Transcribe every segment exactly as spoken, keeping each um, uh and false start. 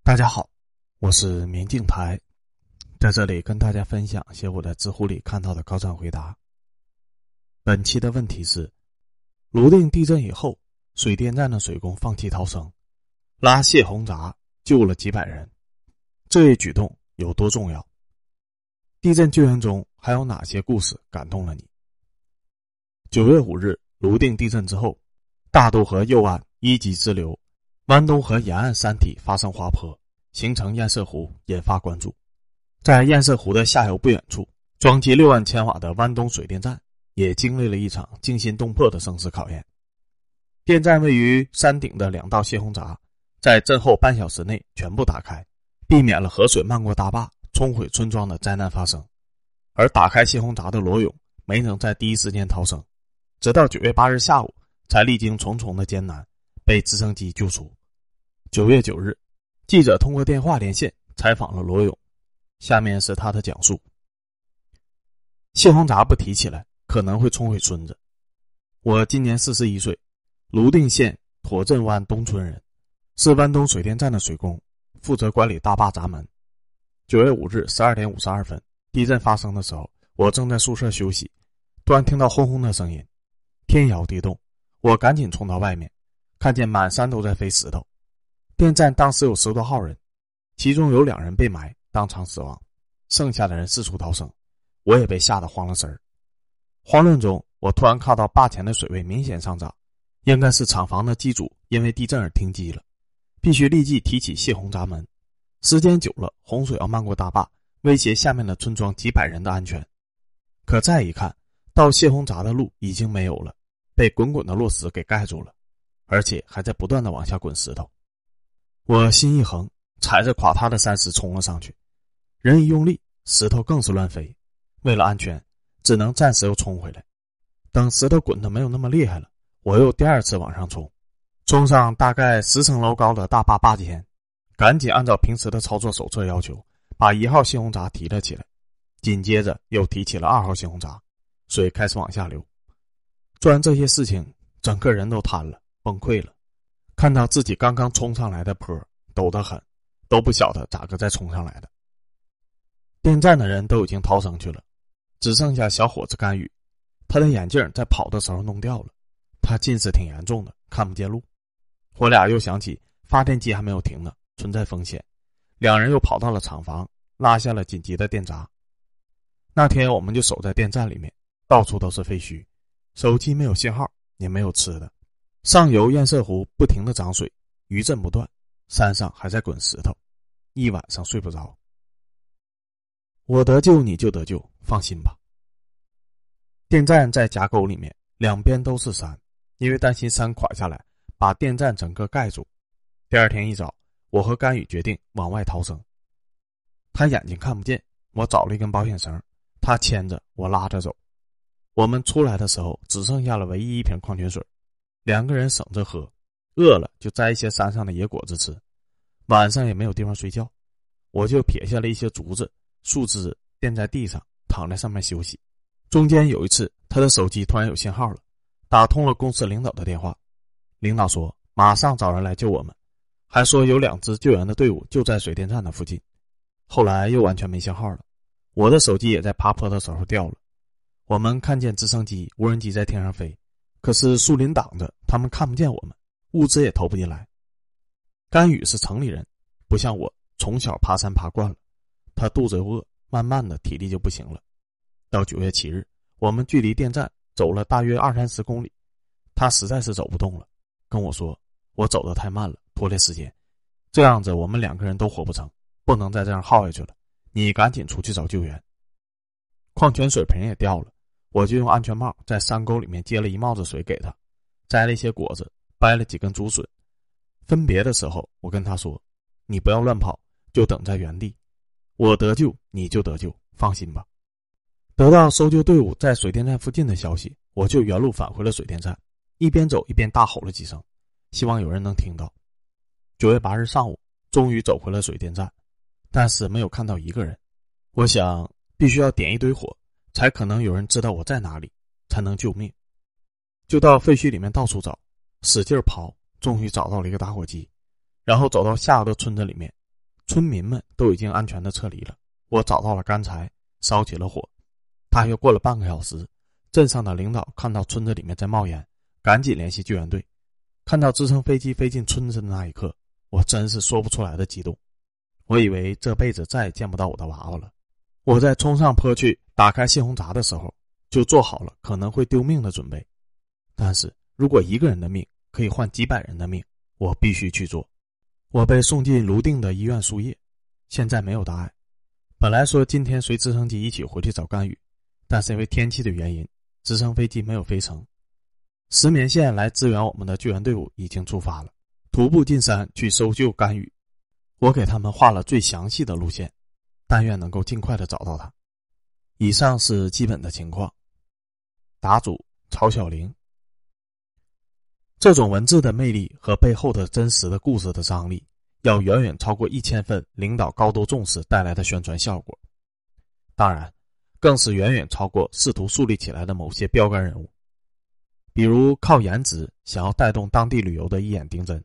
大家好，我是明镜台，在这里跟大家分享一些我在知乎里看到的高赞回答。本期的问题是：泸定地震以后，水电站的水工放弃逃生，拉泄洪闸救了几百人，这一举动有多重要？地震救援中还有哪些故事感动了你？九月五日，泸定地震之后，大渡河右岸一级支流湾东河沿岸山体发生滑坡，形成堰塞湖，引发关注。在堰塞湖的下游不远处，装机六万千瓦的湾东水电站也经历了一场惊心动魄的生死考验。电站位于山顶的两道泄洪闸在震后半小时内全部打开，避免了河水漫过大坝冲毁村庄的灾难发生。而打开泄洪闸的罗勇没能在第一时间逃生，直到九月八日下午才历经重重的艰难被直升机救出。九月九日，记者通过电话连线采访了罗勇，下面是他的讲述。泄洪闸不提起来可能会冲毁村子。我今年四十一岁，泸定县妥镇湾东村人，是湾东水电站的水工，负责管理大坝闸门。九月五日十二点五十二分，地震发生的时候，我正在宿舍休息，突然听到轰轰的声音，天摇地动，我赶紧冲到外面，看见满山都在飞石头。电站当时有十多号人，其中有两人被埋当场死亡，剩下的人四处逃生，我也被吓得慌了神儿。慌乱中，我突然看到坝前的水位明显上涨，应该是厂房的机组因为地震而停机了，必须立即提起泄洪闸门。时间久了，洪水要漫过大坝，威胁下面的村庄几百人的安全。可再一看，到泄洪闸的路已经没有了，被滚滚的落石给盖住了，而且还在不断的往下滚石头。我心一横，踩着垮塌的山石冲了上去，人一用力，石头更是乱飞。为了安全，只能暂时又冲回来。等石头滚得没有那么厉害了，我又第二次往上冲，冲上大概十层楼高的大坝坝尖，赶紧按照平时的操作手册要求，把一号泄洪闸提了起来，紧接着又提起了二号泄洪闸，水开始往下流。做完这些事情，整个人都瘫了，崩溃了。看到自己刚刚冲上来的坡陡得很，都不晓得咋个再冲上来的。电站的人都已经逃生去了，只剩下小伙子甘宇，他的眼镜在跑的时候弄掉了，他近视挺严重的，看不见路。我俩又想起发电机还没有停呢，存在风险，两人又跑到了厂房，拉下了紧急的电闸。那天我们就守在电站里面，到处都是废墟，手机没有信号，也没有吃的。上游堰塞湖不停地涨水，余震不断，山上还在滚石头，一晚上睡不着。我得救你就得救，放心吧。电站在峡沟里面，两边都是山，因为担心山垮下来把电站整个盖住。第二天一早，我和甘宇决定往外逃生。他眼睛看不见，我找了一根保险绳，他牵着我拉着走。我们出来的时候只剩下了唯一一瓶矿泉水，两个人省着喝，饿了就摘一些山上的野果子吃。晚上也没有地方睡觉，我就撇下了一些竹子、树枝垫在地上，躺在上面休息。中间有一次，他的手机突然有信号了，打通了公司领导的电话。领导说马上找人来救我们，还说有两支救援的队伍就在水电站的附近。后来又完全没信号了，我的手机也在爬坡的时候掉了。我们看见直升机、无人机在天上飞，可是树林挡着，他们看不见我们，物资也投不进来。甘宇是城里人，不像我从小爬山爬惯了，他肚子饿，慢慢的体力就不行了。到九月七日，我们距离电站走了大约二三十公里，他实在是走不动了，跟我说我走得太慢了，拖累时间，这样子我们两个人都活不成，不能再这样耗下去了，你赶紧出去找救援。矿泉水瓶也掉了，我就用安全帽在山沟里面接了一帽子水给他，摘了一些果子，掰了几根竹笋。分别的时候，我跟他说，你不要乱跑，就等在原地，我得救你就得救，放心吧。得到搜救队伍在水电站附近的消息，我就原路返回了水电站，一边走一边大吼了几声，希望有人能听到。九月八日上午，终于走回了水电站，但是没有看到一个人。我想必须要点一堆火，才可能有人知道我在哪里，才能救命。就到废墟里面到处找，使劲刨，终于找到了一个打火机，然后走到下游的村子里面， 村民们都已经安全的撤离了。我找到了干柴，烧起了火。大约过了半个小时，镇上的领导看到村子里面在冒烟，赶紧联系救援队。看到直升飞机飞进村子的那一刻，我真是说不出来的激动。我以为这辈子再也见不到我的娃娃了。我在冲上坡去打开泄洪闸的时候，就做好了可能会丢命的准备。但是如果一个人的命可以换几百人的命，我必须去做。我被送进泸定的医院输液，现在没有大碍。本来说今天随直升机一起回去找甘宇，但是因为天气的原因，直升飞机没有飞成。石棉县来支援我们的救援队伍已经出发了，徒步进山去搜救甘宇。我给他们画了最详细的路线，但愿能够尽快的找到他。以上是基本的情况。答主曹小玲。这种文字的魅力和背后的真实的故事的张力，要远远超过一千份领导高度重视带来的宣传效果。当然，更是远远超过试图树立起来的某些标杆人物，比如靠颜值想要带动当地旅游的一眼定真。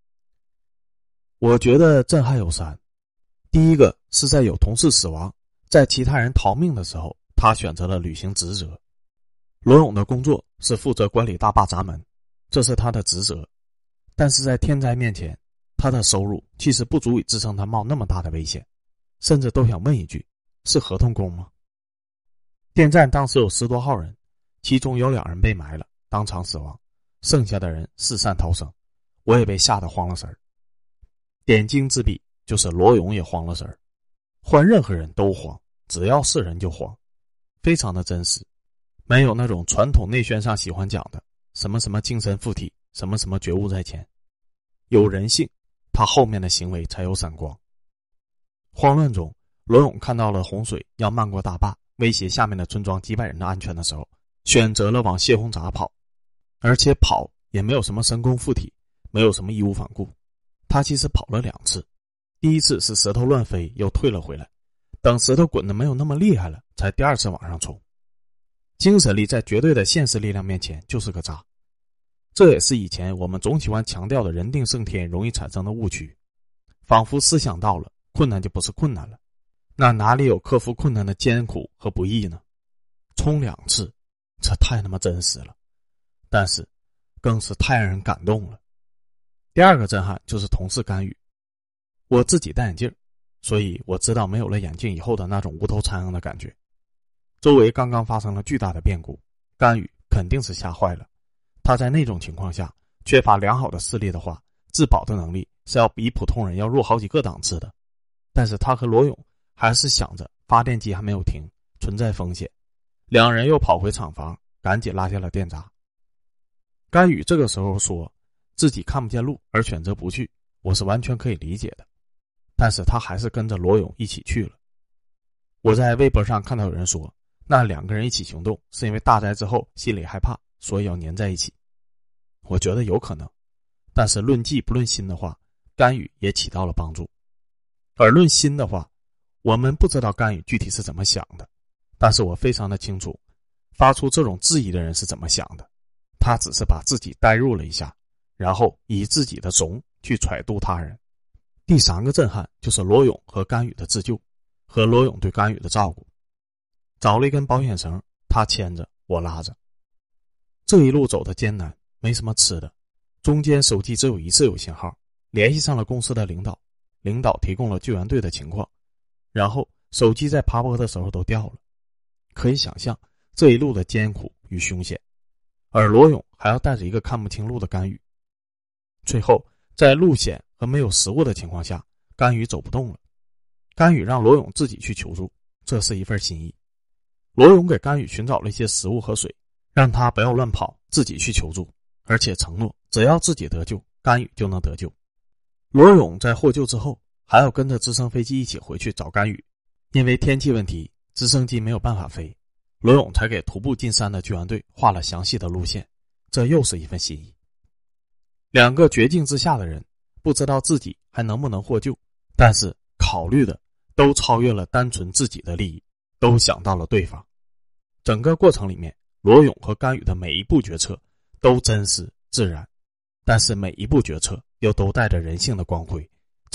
我觉得震撼有三。第一个是在有同事死亡，在其他人逃命的时候，他选择了履行职责。罗勇的工作是负责管理大坝闸门，这是他的职责，但是在天灾面前，他的收入其实不足以支撑他冒那么大的危险，甚至都想问一句，是合同工吗？电站当时有十多号人，其中有两人被埋了，当场死亡，剩下的人四散逃生。我也被吓得慌了神儿。点睛之笔就是罗勇也慌了神儿，换任何人都慌，只要是人就慌，非常的真实，没有那种传统内宣上喜欢讲的什么什么精神附体，什么什么觉悟在前，有人性，他后面的行为才有闪光。慌乱中，罗勇看到了洪水要漫过大坝，威胁下面的村庄几百人的安全的时候，选择了往泄洪闸跑，而且跑也没有什么神功附体，没有什么义无反顾。他其实跑了两次，第一次是舌头乱飞又退了回来，等舌头滚得没有那么厉害了，才第二次往上冲。精神力在绝对的现实力量面前就是个渣，这也是以前我们总喜欢强调的人定胜天容易产生的误区，仿佛思想到了困难就不是困难了，那哪里有克服困难的艰苦和不易呢？冲两次，这太他妈真实了，但是更是太让人感动了。第二个震撼就是同事干预。我自己戴眼镜，所以我知道没有了眼镜以后的那种无头苍蝇的感觉。周围刚刚发生了巨大的变故，干预肯定是吓坏了。他在那种情况下缺乏良好的视力的话，自保的能力是要比普通人要弱好几个档次的。但是他和罗勇还是想着发电机还没有停，存在风险，两人又跑回厂房，赶紧拉下了电闸。甘宇这个时候说自己看不见路而选择不去，我是完全可以理解的，但是他还是跟着罗勇一起去了。我在微博上看到有人说，那两个人一起行动是因为大灾之后心里害怕，所以要粘在一起。我觉得有可能，但是论迹不论心的话，甘宇也起到了帮助。而论心的话，我们不知道甘宇具体是怎么想的，但是我非常的清楚，发出这种质疑的人是怎么想的。他只是把自己代入了一下，然后以自己的怂去揣度他人。第三个震撼就是罗勇和甘宇的自救，和罗勇对甘宇的照顾。找了一根保险绳，他牵着，我拉着。这一路走的艰难，没什么吃的，中间手机只有一次有信号，联系上了公司的领导，领导提供了救援队的情况，然后手机在爬坡的时候都掉了。可以想象这一路的艰苦与凶险，而罗勇还要带着一个看不清路的甘宇。最后在路险和没有食物的情况下，甘宇走不动了，甘宇让罗勇自己去求助，这是一份心意。罗勇给甘宇寻找了一些食物和水，让他不要乱跑，自己去求助，而且承诺只要自己得救，甘宇就能得救。罗勇在获救之后还要跟着直升飞机一起回去找甘宇，因为天气问题，直升机没有办法飞，罗勇才给徒步进山的救援队画了详细的路线，这又是一份心意。两个绝境之下的人，不知道自己还能不能获救，但是考虑的都超越了单纯自己的利益，都想到了对方。整个过程里面，罗勇和甘宇的每一步决策都真实自然，但是每一步决策又都带着人性的光辉，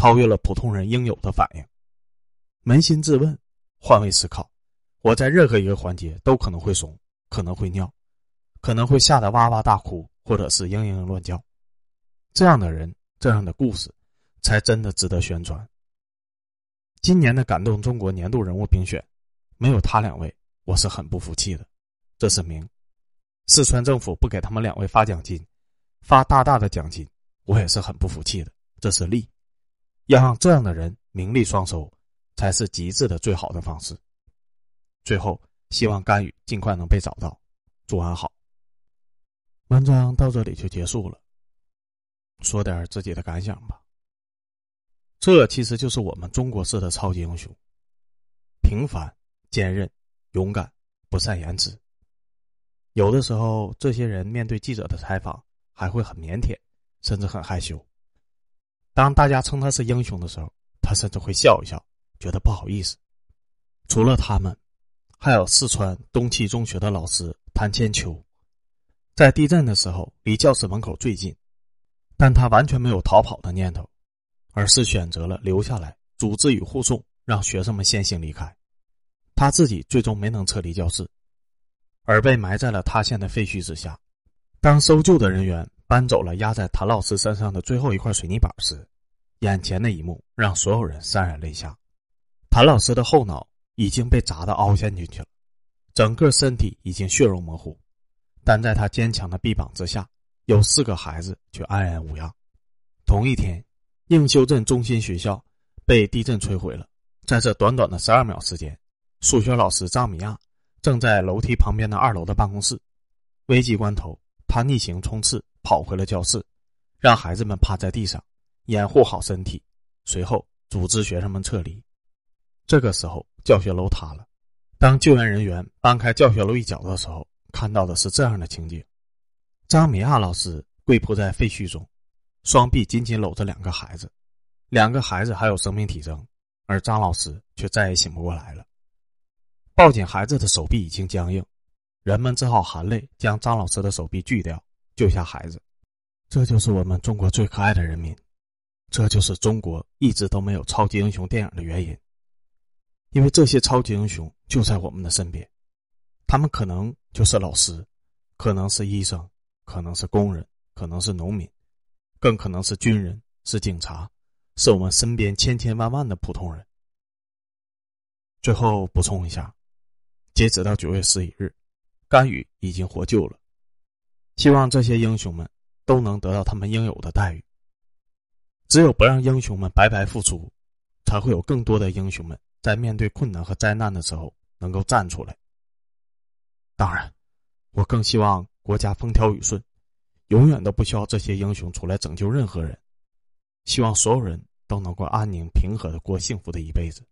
超越了普通人应有的反应。扪心自问，换位思考，我在任何一个环节都可能会怂，可能会尿，可能会吓得哇哇大哭，或者是嘤嘤乱叫。这样的人，这样的故事，才真的值得宣传。今年的感动中国年度人物评选，没有他两位，我是很不服气的。这是名。四川政府不给他们两位发奖金，发大大的奖金，我也是很不服气的。这是利。要让这样的人名利双收，才是极致的最好的方式。最后，希望甘宇尽快能被找到。祝安好。文章到这里就结束了。说点自己的感想吧。这其实就是我们中国式的超级英雄，平凡、坚韧、勇敢、不善言辞。有的时候，这些人面对记者的采访还会很腼腆，甚至很害羞。当大家称他是英雄的时候，他甚至会笑一笑，觉得不好意思。除了他们，还有四川东七中学的老师谭千秋，在地震的时候离教室门口最近，但他完全没有逃跑的念头，而是选择了留下来组织与护送，让学生们先行离开。他自己最终没能撤离教室，而被埋在了塌陷的废墟之下。当搜救的人员搬走了压在谭老师身上的最后一块水泥板时，眼前的一幕让所有人潸然泪下。谭老师的后脑已经被砸得凹陷进去了，整个身体已经血肉模糊，但在他坚强的臂膀之下，有四个孩子却安然无恙。同一天，应修镇中心学校被地震摧毁了。在这短短的十二秒时间，数学老师张米亚正在楼梯旁边的二楼的办公室。危急关头，他逆行冲刺跑回了教室，让孩子们趴在地上掩护好身体，随后组织学生们撤离。这个时候，教学楼塌了。当救援人员搬开教学楼一角的时候，看到的是这样的情景：张米亚老师跪扑在废墟中，双臂紧紧搂着两个孩子，两个孩子还有生命体征，而张老师却再也醒不过来了。抱紧孩子的手臂已经僵硬，人们只好含泪将张老师的手臂锯掉，救下孩子。这就是我们中国最可爱的人民，这就是中国一直都没有超级英雄电影的原因。因为这些超级英雄就在我们的身边，他们可能就是老师，可能是医生，可能是工人，可能是农民，更可能是军人，是警察，是我们身边千千万万的普通人。最后补充一下，截止到九月十一日，甘宇已经获救了。希望这些英雄们都能得到他们应有的待遇。只有不让英雄们白白付出，才会有更多的英雄们在面对困难和灾难的时候能够站出来。当然，我更希望国家风调雨顺，永远都不需要这些英雄出来拯救任何人。希望所有人都能够安宁平和地过幸福的一辈子。